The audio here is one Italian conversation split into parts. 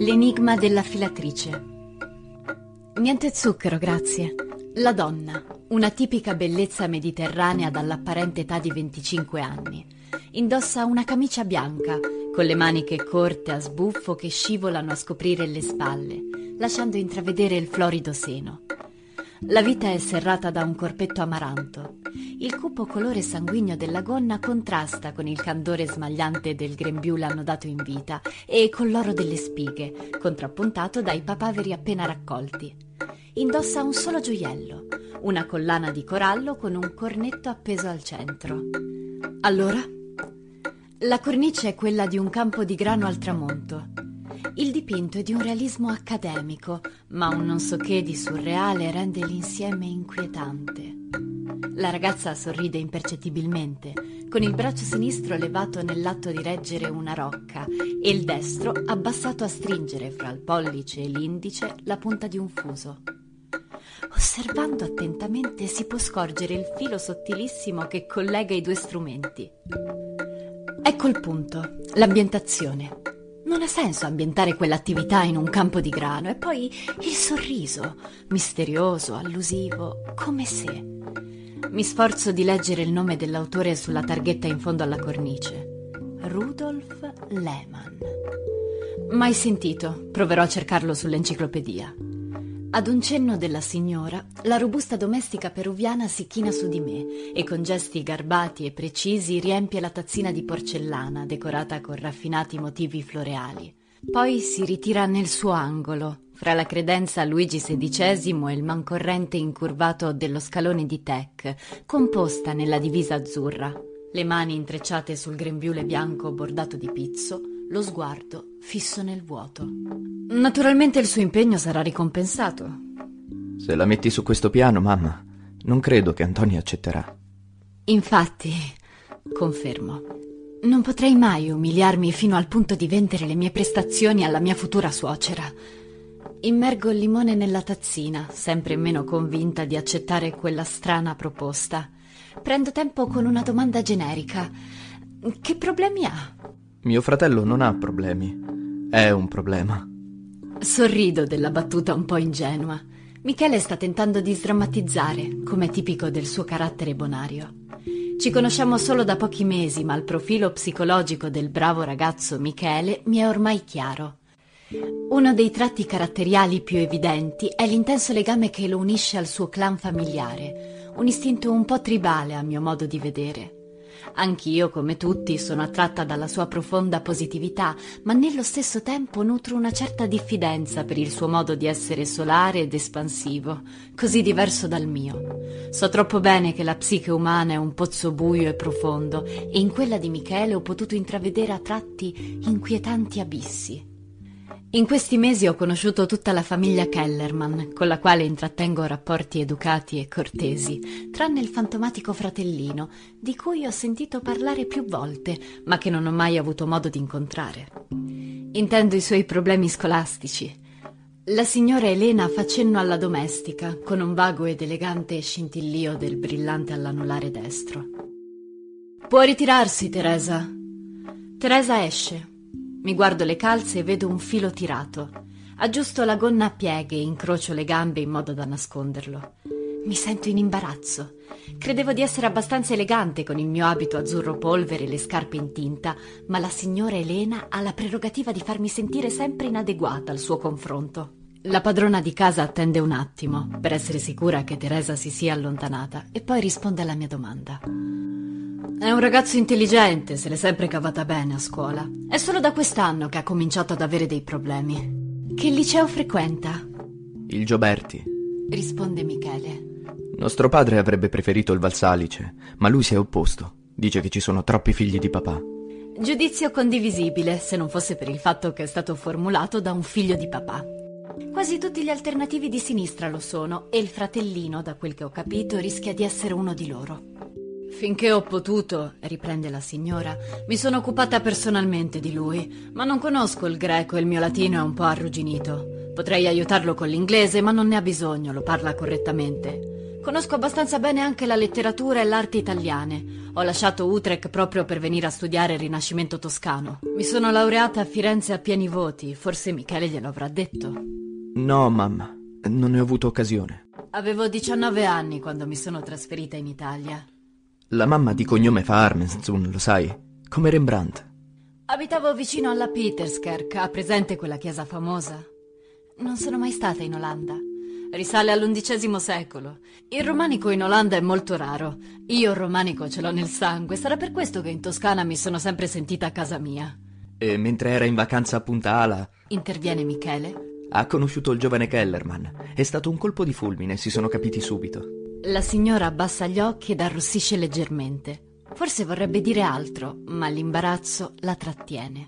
L'enigma della filatrice. Niente zucchero, grazie. La donna, una tipica bellezza mediterranea dall'apparente età di 25 anni. Indossa una camicia bianca, con le maniche corte a sbuffo che scivolano a scoprire le spalle, lasciando intravedere il florido seno. La vita è serrata da un corpetto amaranto. Il cupo colore sanguigno della gonna contrasta con il candore smagliante del grembiule annodato in vita e con l'oro delle spighe, contrappuntato dai papaveri appena raccolti. Indossa un solo gioiello, una collana di corallo con un cornetto appeso al centro. Allora? La cornice è quella di un campo di grano al tramonto. Il dipinto è di un realismo accademico, ma un non so che di surreale rende l'insieme inquietante. La ragazza sorride impercettibilmente, con il braccio sinistro levato nell'atto di reggere una rocca e il destro abbassato a stringere fra il pollice e l'indice la punta di un fuso. Osservando attentamente si può scorgere il filo sottilissimo che collega i due strumenti. Ecco il punto, l'ambientazione. Non ha senso ambientare quell'attività in un campo di grano. E poi il sorriso, misterioso, allusivo, come se... Mi sforzo di leggere il nome dell'autore sulla targhetta in fondo alla cornice. Rudolf Lehmann. Mai sentito, proverò a cercarlo sull'enciclopedia. Ad un cenno della signora, la robusta domestica peruviana si china su di me e con gesti garbati e precisi riempie la tazzina di porcellana decorata con raffinati motivi floreali. Poi si ritira nel suo angolo, fra la credenza Luigi XVI e il mancorrente incurvato dello scalone di Tech, composta nella divisa azzurra. Le mani intrecciate sul grembiule bianco bordato di pizzo, lo sguardo fisso nel vuoto. Naturalmente il suo impegno sarà ricompensato. Se la metti su questo piano, mamma, non credo che Antonia accetterà. Infatti, confermo, non potrei mai umiliarmi fino al punto di vendere le mie prestazioni alla mia futura suocera. Immergo il limone nella tazzina, sempre meno convinta di accettare quella strana proposta. Prendo tempo con una domanda generica. Che problemi ha? Mio fratello non ha problemi. È un problema. Sorrido della battuta un po' ingenua. Michele sta tentando di sdrammatizzare, come è tipico del suo carattere bonario. Ci conosciamo solo da pochi mesi, ma il profilo psicologico del bravo ragazzo Michele mi è ormai chiaro. Uno dei tratti caratteriali più evidenti è l'intenso legame che lo unisce al suo clan familiare, un istinto un po' tribale a mio modo di vedere. Anch'io, come tutti, sono attratta dalla sua profonda positività, ma nello stesso tempo nutro una certa diffidenza per il suo modo di essere solare ed espansivo, così diverso dal mio. So troppo bene che la psiche umana è un pozzo buio e profondo, e in quella di Michele ho potuto intravedere a tratti inquietanti abissi. In questi mesi ho conosciuto tutta la famiglia Kellerman, con la quale intrattengo rapporti educati e cortesi, tranne il fantomatico fratellino, di cui ho sentito parlare più volte, ma che non ho mai avuto modo di incontrare. Intendo i suoi problemi scolastici. La signora Elena fa cenno alla domestica, con un vago ed elegante scintillio del brillante all'anulare destro. «Può ritirarsi, Teresa». Teresa esce. Mi guardo le calze e vedo un filo tirato. Aggiusto la gonna a pieghe e incrocio le gambe in modo da nasconderlo. Mi sento in imbarazzo. Credevo di essere abbastanza elegante con il mio abito azzurro polvere e le scarpe in tinta, ma la signora Elena ha la prerogativa di farmi sentire sempre inadeguata al suo confronto. La padrona di casa attende un attimo, per essere sicura che Teresa si sia allontanata, e poi risponde alla mia domanda. È un ragazzo intelligente, se l'è sempre cavata bene a scuola. È solo da quest'anno che ha cominciato ad avere dei problemi. Che liceo frequenta? Il Gioberti, risponde Michele. Nostro padre avrebbe preferito il Valsalice, ma lui si è opposto. Dice che ci sono troppi figli di papà. Giudizio condivisibile, se non fosse per il fatto che è stato formulato da un figlio di papà. Quasi tutti gli alternativi di sinistra lo sono, e il fratellino, da quel che ho capito, rischia di essere uno di loro. Finché ho potuto, riprende la signora, mi sono occupata personalmente di lui, ma non conosco il greco e il mio latino è un po' arrugginito. Potrei aiutarlo con l'inglese, ma non ne ha bisogno, lo parla correttamente. Conosco abbastanza bene anche la letteratura e l'arte italiane. Ho lasciato Utrecht proprio per venire a studiare il Rinascimento toscano. Mi sono laureata a Firenze a pieni voti, forse Michele glielo avrà detto. No, mamma, non ne ho avuto occasione. Avevo 19 anni quando mi sono trasferita in Italia. La mamma di cognome fa Armenzoon, lo sai? Come Rembrandt. Abitavo vicino alla Pieterskerk, ha presente quella chiesa famosa? Non sono mai stata in Olanda. Risale all'undicesimo secolo. Il romanico in Olanda è molto raro. Io il romanico ce l'ho nel sangue. Sarà per questo che in Toscana mi sono sempre sentita a casa mia. E mentre era in vacanza a Punta Ala, Interviene Michele. ha conosciuto il giovane Kellerman. È stato un colpo di fulmine, si sono capiti subito. La signora abbassa gli occhi ed arrossisce leggermente. Forse vorrebbe dire altro, ma l'imbarazzo la trattiene.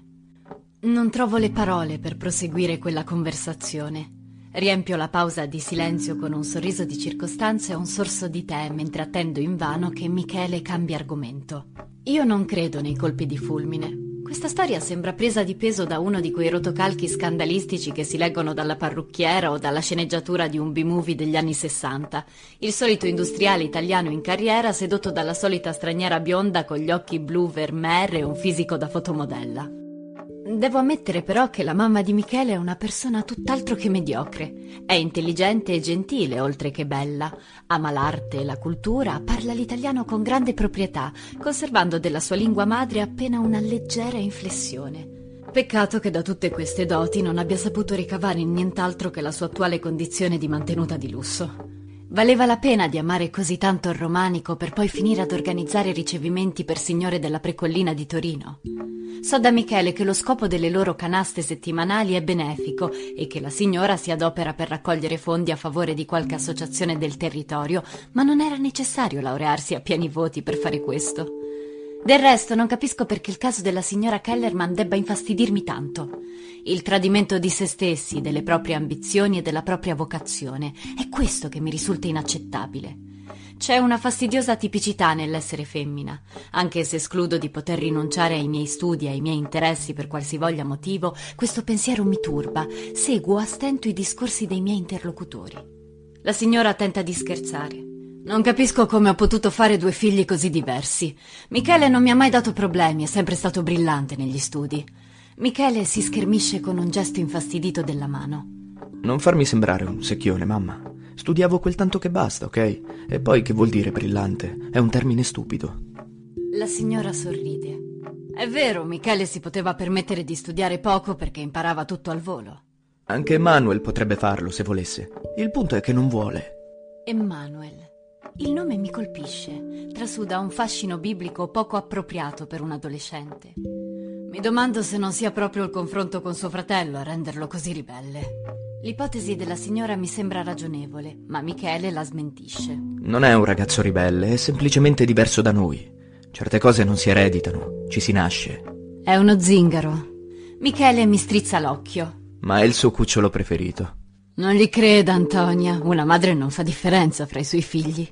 Non trovo le parole per proseguire quella conversazione. Riempio la pausa di silenzio con un sorriso di circostanza e un sorso di tè mentre attendo invano che Michele cambi argomento. Io non credo nei colpi di fulmine. Questa storia sembra presa di peso da uno di quei rotocalchi scandalistici che si leggono dalla parrucchiera o dalla sceneggiatura di un B-movie degli anni 60. Il solito industriale italiano in carriera sedotto dalla solita straniera bionda con gli occhi blu vermeer e un fisico da fotomodella. Devo ammettere però che la mamma di Michele è una persona tutt'altro che mediocre. È intelligente e gentile, oltre che bella. Ama l'arte e la cultura, parla l'italiano con grande proprietà, conservando della sua lingua madre appena una leggera inflessione. Peccato che da tutte queste doti non abbia saputo ricavare nient'altro che la sua attuale condizione di mantenuta di lusso. Valeva la pena di amare così tanto il romanico per poi finire ad organizzare ricevimenti per signore della Precollina di Torino? So da Michele che lo scopo delle loro canaste settimanali è benefico e che la signora si adopera per raccogliere fondi a favore di qualche associazione del territorio, ma non era necessario laurearsi a pieni voti per fare questo. Del resto non capisco perché il caso della signora Kellerman debba infastidirmi tanto. Il tradimento di se stessi, delle proprie ambizioni e della propria vocazione, è questo che mi risulta inaccettabile. C'è una fastidiosa tipicità nell'essere femmina. Anche se escludo di poter rinunciare ai miei studi e ai miei interessi per qualsivoglia motivo, questo pensiero mi turba. Seguo a stento i discorsi dei miei interlocutori. La signora tenta di scherzare. Non capisco come ho potuto fare 2 figli così diversi. Michele non mi ha mai dato problemi, è sempre stato brillante negli studi. Michele si schermisce con un gesto infastidito della mano. Non farmi sembrare un secchione, mamma. Studiavo quel tanto che basta, ok? E poi che vuol dire brillante? È un termine stupido. La signora sorride. È vero, Michele si poteva permettere di studiare poco perché imparava tutto al volo. Anche Emanuel potrebbe farlo se volesse. Il punto è che non vuole. Emanuel. Il nome mi colpisce. Trasuda un fascino biblico poco appropriato per un adolescente. Mi domando se non sia proprio il confronto con suo fratello a renderlo così ribelle. L'ipotesi della signora mi sembra ragionevole, ma Michele la smentisce. Non è un ragazzo ribelle, è semplicemente diverso da noi. Certe cose non si ereditano, ci si nasce. È uno zingaro. Michele mi strizza l'occhio. Ma è il suo cucciolo preferito. Non gli creda, Antonia. Una madre non fa differenza fra i suoi figli.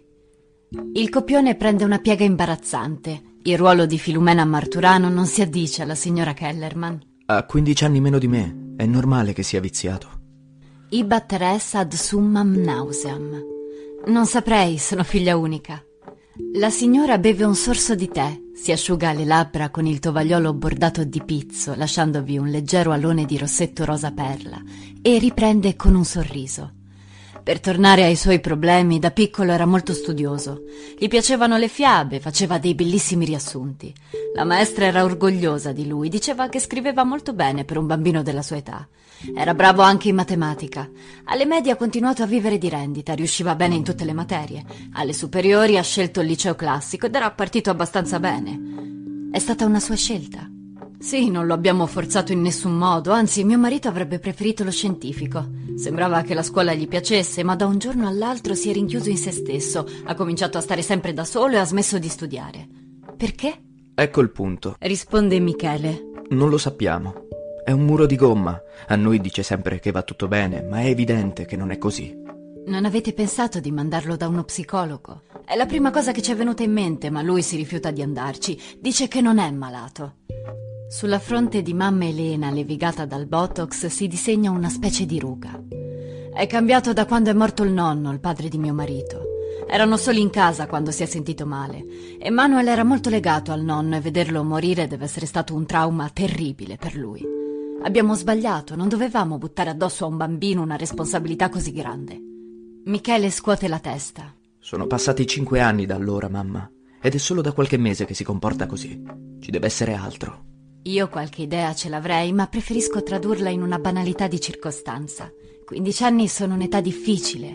Il copione prende una piega imbarazzante. Il ruolo di Filumena Marturano non si addice alla signora Kellerman. Ha 15 anni meno di me, è normale che sia viziato. Ibat res ad summam nauseam. Non saprei, sono figlia unica. La signora beve un sorso di tè, si asciuga le labbra con il tovagliolo bordato di pizzo, lasciandovi un leggero alone di rossetto rosa perla, e riprende con un sorriso. Per tornare ai suoi problemi, da piccolo era molto studioso. Gli piacevano le fiabe, faceva dei bellissimi riassunti. La maestra era orgogliosa di lui, diceva che scriveva molto bene per un bambino della sua età. Era bravo anche in matematica. Alle medie ha continuato a vivere di rendita, riusciva bene in tutte le materie. Alle superiori ha scelto il liceo classico ed era partito abbastanza bene. È stata una sua scelta. Sì, non lo abbiamo forzato in nessun modo, anzi mio marito avrebbe preferito lo scientifico. Sembrava che la scuola gli piacesse, ma da un giorno all'altro si è rinchiuso in se stesso, ha cominciato a stare sempre da solo e ha smesso di studiare. Perché? Ecco il punto. Risponde Michele. Non lo sappiamo. È un muro di gomma. A noi dice sempre che va tutto bene, ma è evidente che non è così. Non avete pensato di mandarlo da uno psicologo? È la prima cosa che ci è venuta in mente, ma lui si rifiuta di andarci. Dice che non è malato. Sulla fronte di mamma Elena, levigata dal Botox, si disegna una specie di ruga. È cambiato da quando è morto il nonno, il padre di mio marito. Erano soli in casa quando si è sentito male e Manuel era molto legato al nonno e vederlo morire deve essere stato un trauma terribile per lui. Abbiamo sbagliato, non dovevamo buttare addosso a un bambino una responsabilità così grande. Michele scuote la testa. Sono passati 5 anni da allora, mamma, ed è solo da qualche mese che si comporta così. Ci deve essere altro. Io qualche idea ce l'avrei, ma preferisco tradurla in una banalità di circostanza. 15 anni sono un'età difficile.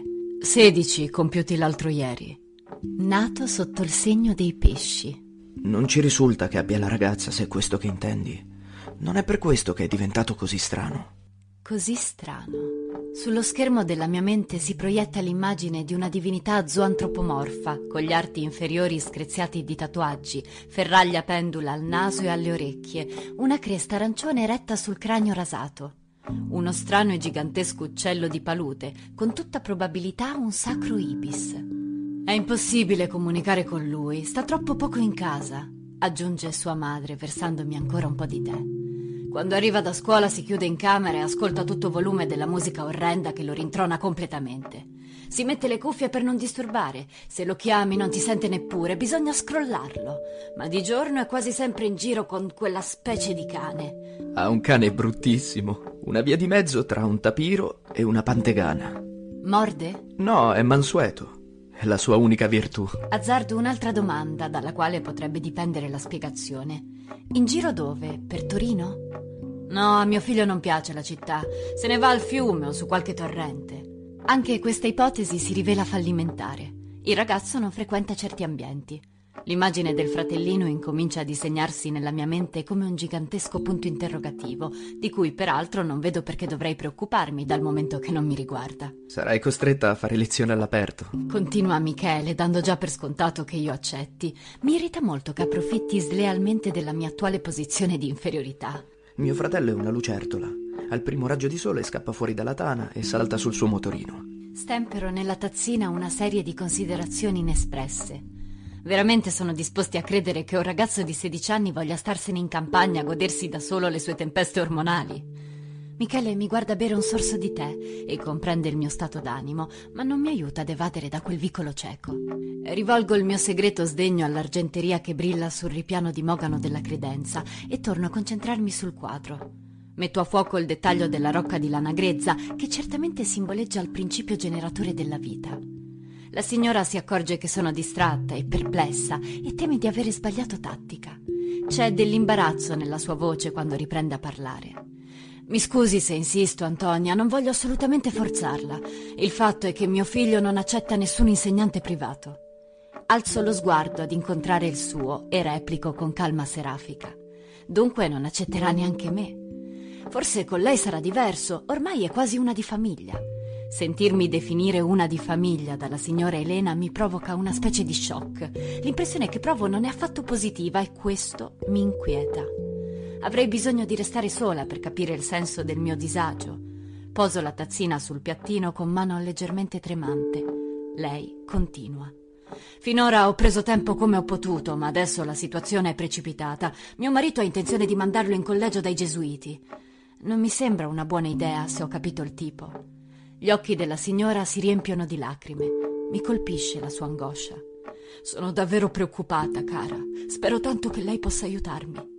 16 compiuti l'altro ieri. Nato sotto il segno dei pesci. Non ci risulta che abbia la ragazza, se è questo che intendi. Non è per questo che è diventato così strano. Così strano. Sullo schermo della mia mente si proietta l'immagine di una divinità zoantropomorfa, con gli arti inferiori screziati di tatuaggi, ferraglia pendula al naso e alle orecchie, una cresta arancione eretta sul cranio rasato. Uno strano e gigantesco uccello di palute, con tutta probabilità un sacro ibis. È impossibile comunicare con lui, sta troppo poco in casa, aggiunge sua madre, versandomi ancora un po' di tè. Quando arriva da scuola si chiude in camera e ascolta a tutto volume della musica orrenda che lo rintrona completamente. Si mette le cuffie per non disturbare. Se lo chiami non ti sente neppure, bisogna scrollarlo. Ma di giorno è quasi sempre in giro con quella specie di cane. Ha un cane bruttissimo, una via di mezzo tra un tapiro e una pantegana. Morde? No, è mansueto. È la sua unica virtù. Azzardo un'altra domanda dalla quale potrebbe dipendere la spiegazione. In giro dove? Per Torino? No, a mio figlio non piace la città. Se ne va al fiume o su qualche torrente. Anche questa ipotesi si rivela fallimentare. Il ragazzo non frequenta certi ambienti. L'immagine del fratellino incomincia a disegnarsi nella mia mente come un gigantesco punto interrogativo, di cui peraltro non vedo perché dovrei preoccuparmi dal momento che non mi riguarda. Sarai costretta a fare lezione all'aperto. Continua Michele, dando già per scontato che io accetti. Mi irrita molto che approfitti slealmente della mia attuale posizione di inferiorità. Mio fratello è una lucertola. Al primo raggio di sole scappa fuori dalla tana e salta sul suo motorino. Stempero nella tazzina una serie di considerazioni inespresse. Veramente sono disposti a credere che un ragazzo di 16 anni voglia starsene in campagna a godersi da solo le sue tempeste ormonali. Michele mi guarda bere un sorso di tè e comprende il mio stato d'animo, ma non mi aiuta ad evadere da quel vicolo cieco. Rivolgo il mio segreto sdegno all'argenteria che brilla sul ripiano di mogano della credenza e torno a concentrarmi sul quadro. Metto a fuoco il dettaglio della rocca di lana grezza, che certamente simboleggia il principio generatore della vita. La signora si accorge che sono distratta e perplessa e teme di avere sbagliato tattica. C'è dell'imbarazzo nella sua voce quando riprende a parlare. Mi scusi se insisto, Antonia, non voglio assolutamente forzarla. Il fatto è che mio figlio non accetta nessun insegnante privato. Alzo lo sguardo ad incontrare il suo e replico con calma serafica. Dunque non accetterà neanche me. Forse con lei sarà diverso, ormai è quasi una di famiglia. Sentirmi definire una di famiglia dalla signora Elena mi provoca una specie di shock. L'impressione che provo non è affatto positiva e questo mi inquieta. Avrei bisogno di restare sola per capire il senso del mio disagio. Poso la tazzina sul piattino con mano leggermente tremante. Lei continua. Finora ho preso tempo come ho potuto, ma adesso la situazione è precipitata. Mio marito ha intenzione di mandarlo in collegio dai gesuiti. Non mi sembra una buona idea, se ho capito il tipo. Gli occhi della signora si riempiono di lacrime. Mi colpisce la sua angoscia. Sono davvero preoccupata, cara. Spero tanto che lei possa aiutarmi.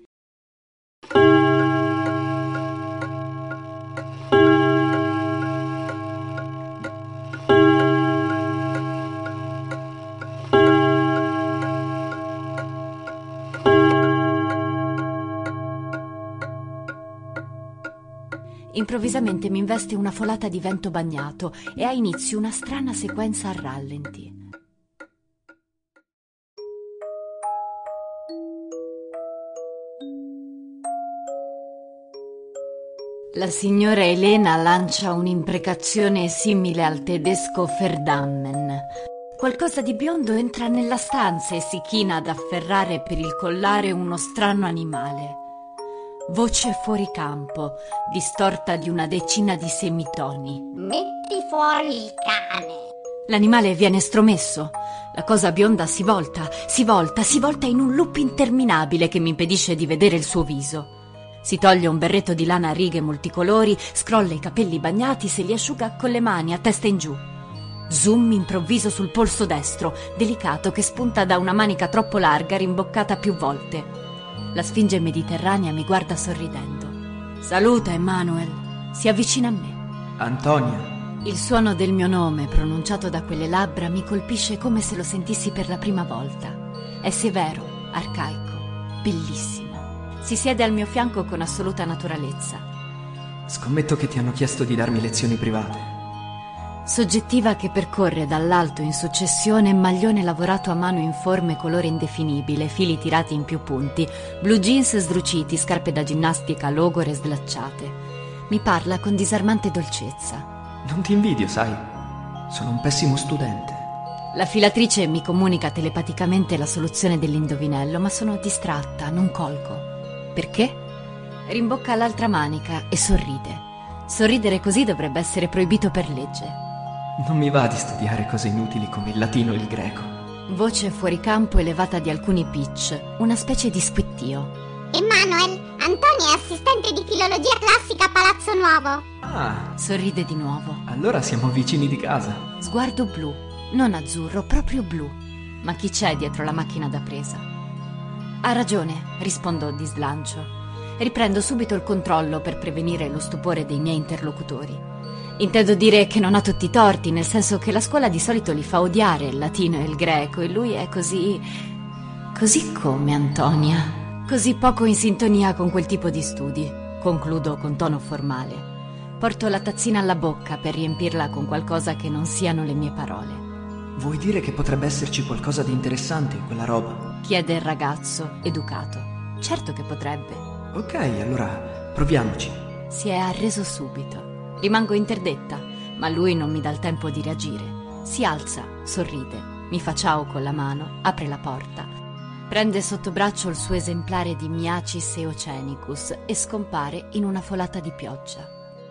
Improvvisamente mi investe una folata di vento bagnato e ha inizio una strana sequenza a rallenti. La signora Elena lancia un'imprecazione simile al tedesco Verdammen. Qualcosa di biondo entra nella stanza e si china ad afferrare per il collare uno strano animale. Voce fuori campo, distorta di una decina di semitoni. Metti fuori il cane. L'animale viene estromesso. La cosa bionda si volta in un loop interminabile che mi impedisce di vedere il suo viso. Si toglie un berretto di lana a righe multicolori, scrolla i capelli bagnati, se li asciuga con le mani a testa in giù. Zoom improvviso sul polso destro, delicato, che spunta da una manica troppo larga, rimboccata più volte. La sfinge mediterranea mi guarda sorridendo. Saluta, Emanuel. Si avvicina a me. Antonia. Il suono del mio nome, pronunciato da quelle labbra, mi colpisce come se lo sentissi per la prima volta. È severo, arcaico, bellissimo. Si siede al mio fianco con assoluta naturalezza. Scommetto che ti hanno chiesto di darmi lezioni private. Soggettiva che percorre dall'alto in successione, maglione lavorato a mano in forme colore indefinibile, fili tirati in più punti, blue jeans sdruciti, scarpe da ginnastica logore slacciate. Mi parla con disarmante dolcezza. Non ti invidio, sai. Sono un pessimo studente. La filatrice mi comunica telepaticamente la soluzione dell'indovinello, ma sono distratta, non colgo. Perché? Rimbocca l'altra manica e sorride. Sorridere così dovrebbe essere proibito per legge. Non mi va di studiare cose inutili come il latino e il greco. Voce fuori campo elevata di alcuni pitch, una specie di squittio. Emanuel, Antonia è assistente di filologia classica a Palazzo Nuovo. Ah, Sorride di nuovo. allora siamo vicini di casa. Sguardo blu, non azzurro, proprio blu. Ma chi c'è dietro la macchina da presa? Ha ragione, rispondo di slancio. Riprendo subito il controllo per prevenire lo stupore dei miei interlocutori. Intendo dire che non ha tutti i torti, nel senso che la scuola di solito li fa odiare il latino e il greco, e lui è così... così come Antonia. Così poco in sintonia con quel tipo di studi. Concludo con tono formale. Porto la tazzina alla bocca per riempirla con qualcosa che non siano le mie parole. Vuoi dire che potrebbe esserci qualcosa di interessante in quella roba? Chiede il ragazzo, educato. Certo che potrebbe. Ok, allora proviamoci. Si è arreso subito. Rimango interdetta, ma lui non mi dà il tempo di reagire. Si alza, sorride, mi fa ciao con la mano, apre la porta. Prende sotto braccio il suo esemplare di Miacis eocenicus e scompare in una folata di pioggia.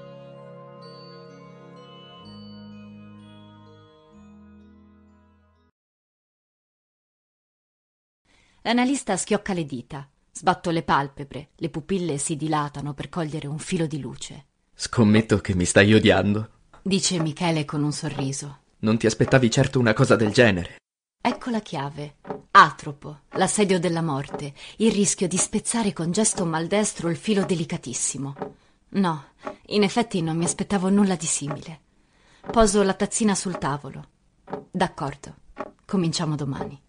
L'analista schiocca le dita. Sbatto le palpebre, le pupille si dilatano per cogliere un filo di luce. Scommetto che mi stai odiando. Dice Michele con un sorriso. Non ti aspettavi certo una cosa del genere. Ecco la chiave. Atropo, l'assedio della morte, il rischio di spezzare con gesto maldestro il filo delicatissimo. No, in effetti non mi aspettavo nulla di simile. Poso la tazzina sul tavolo. D'accordo, cominciamo domani.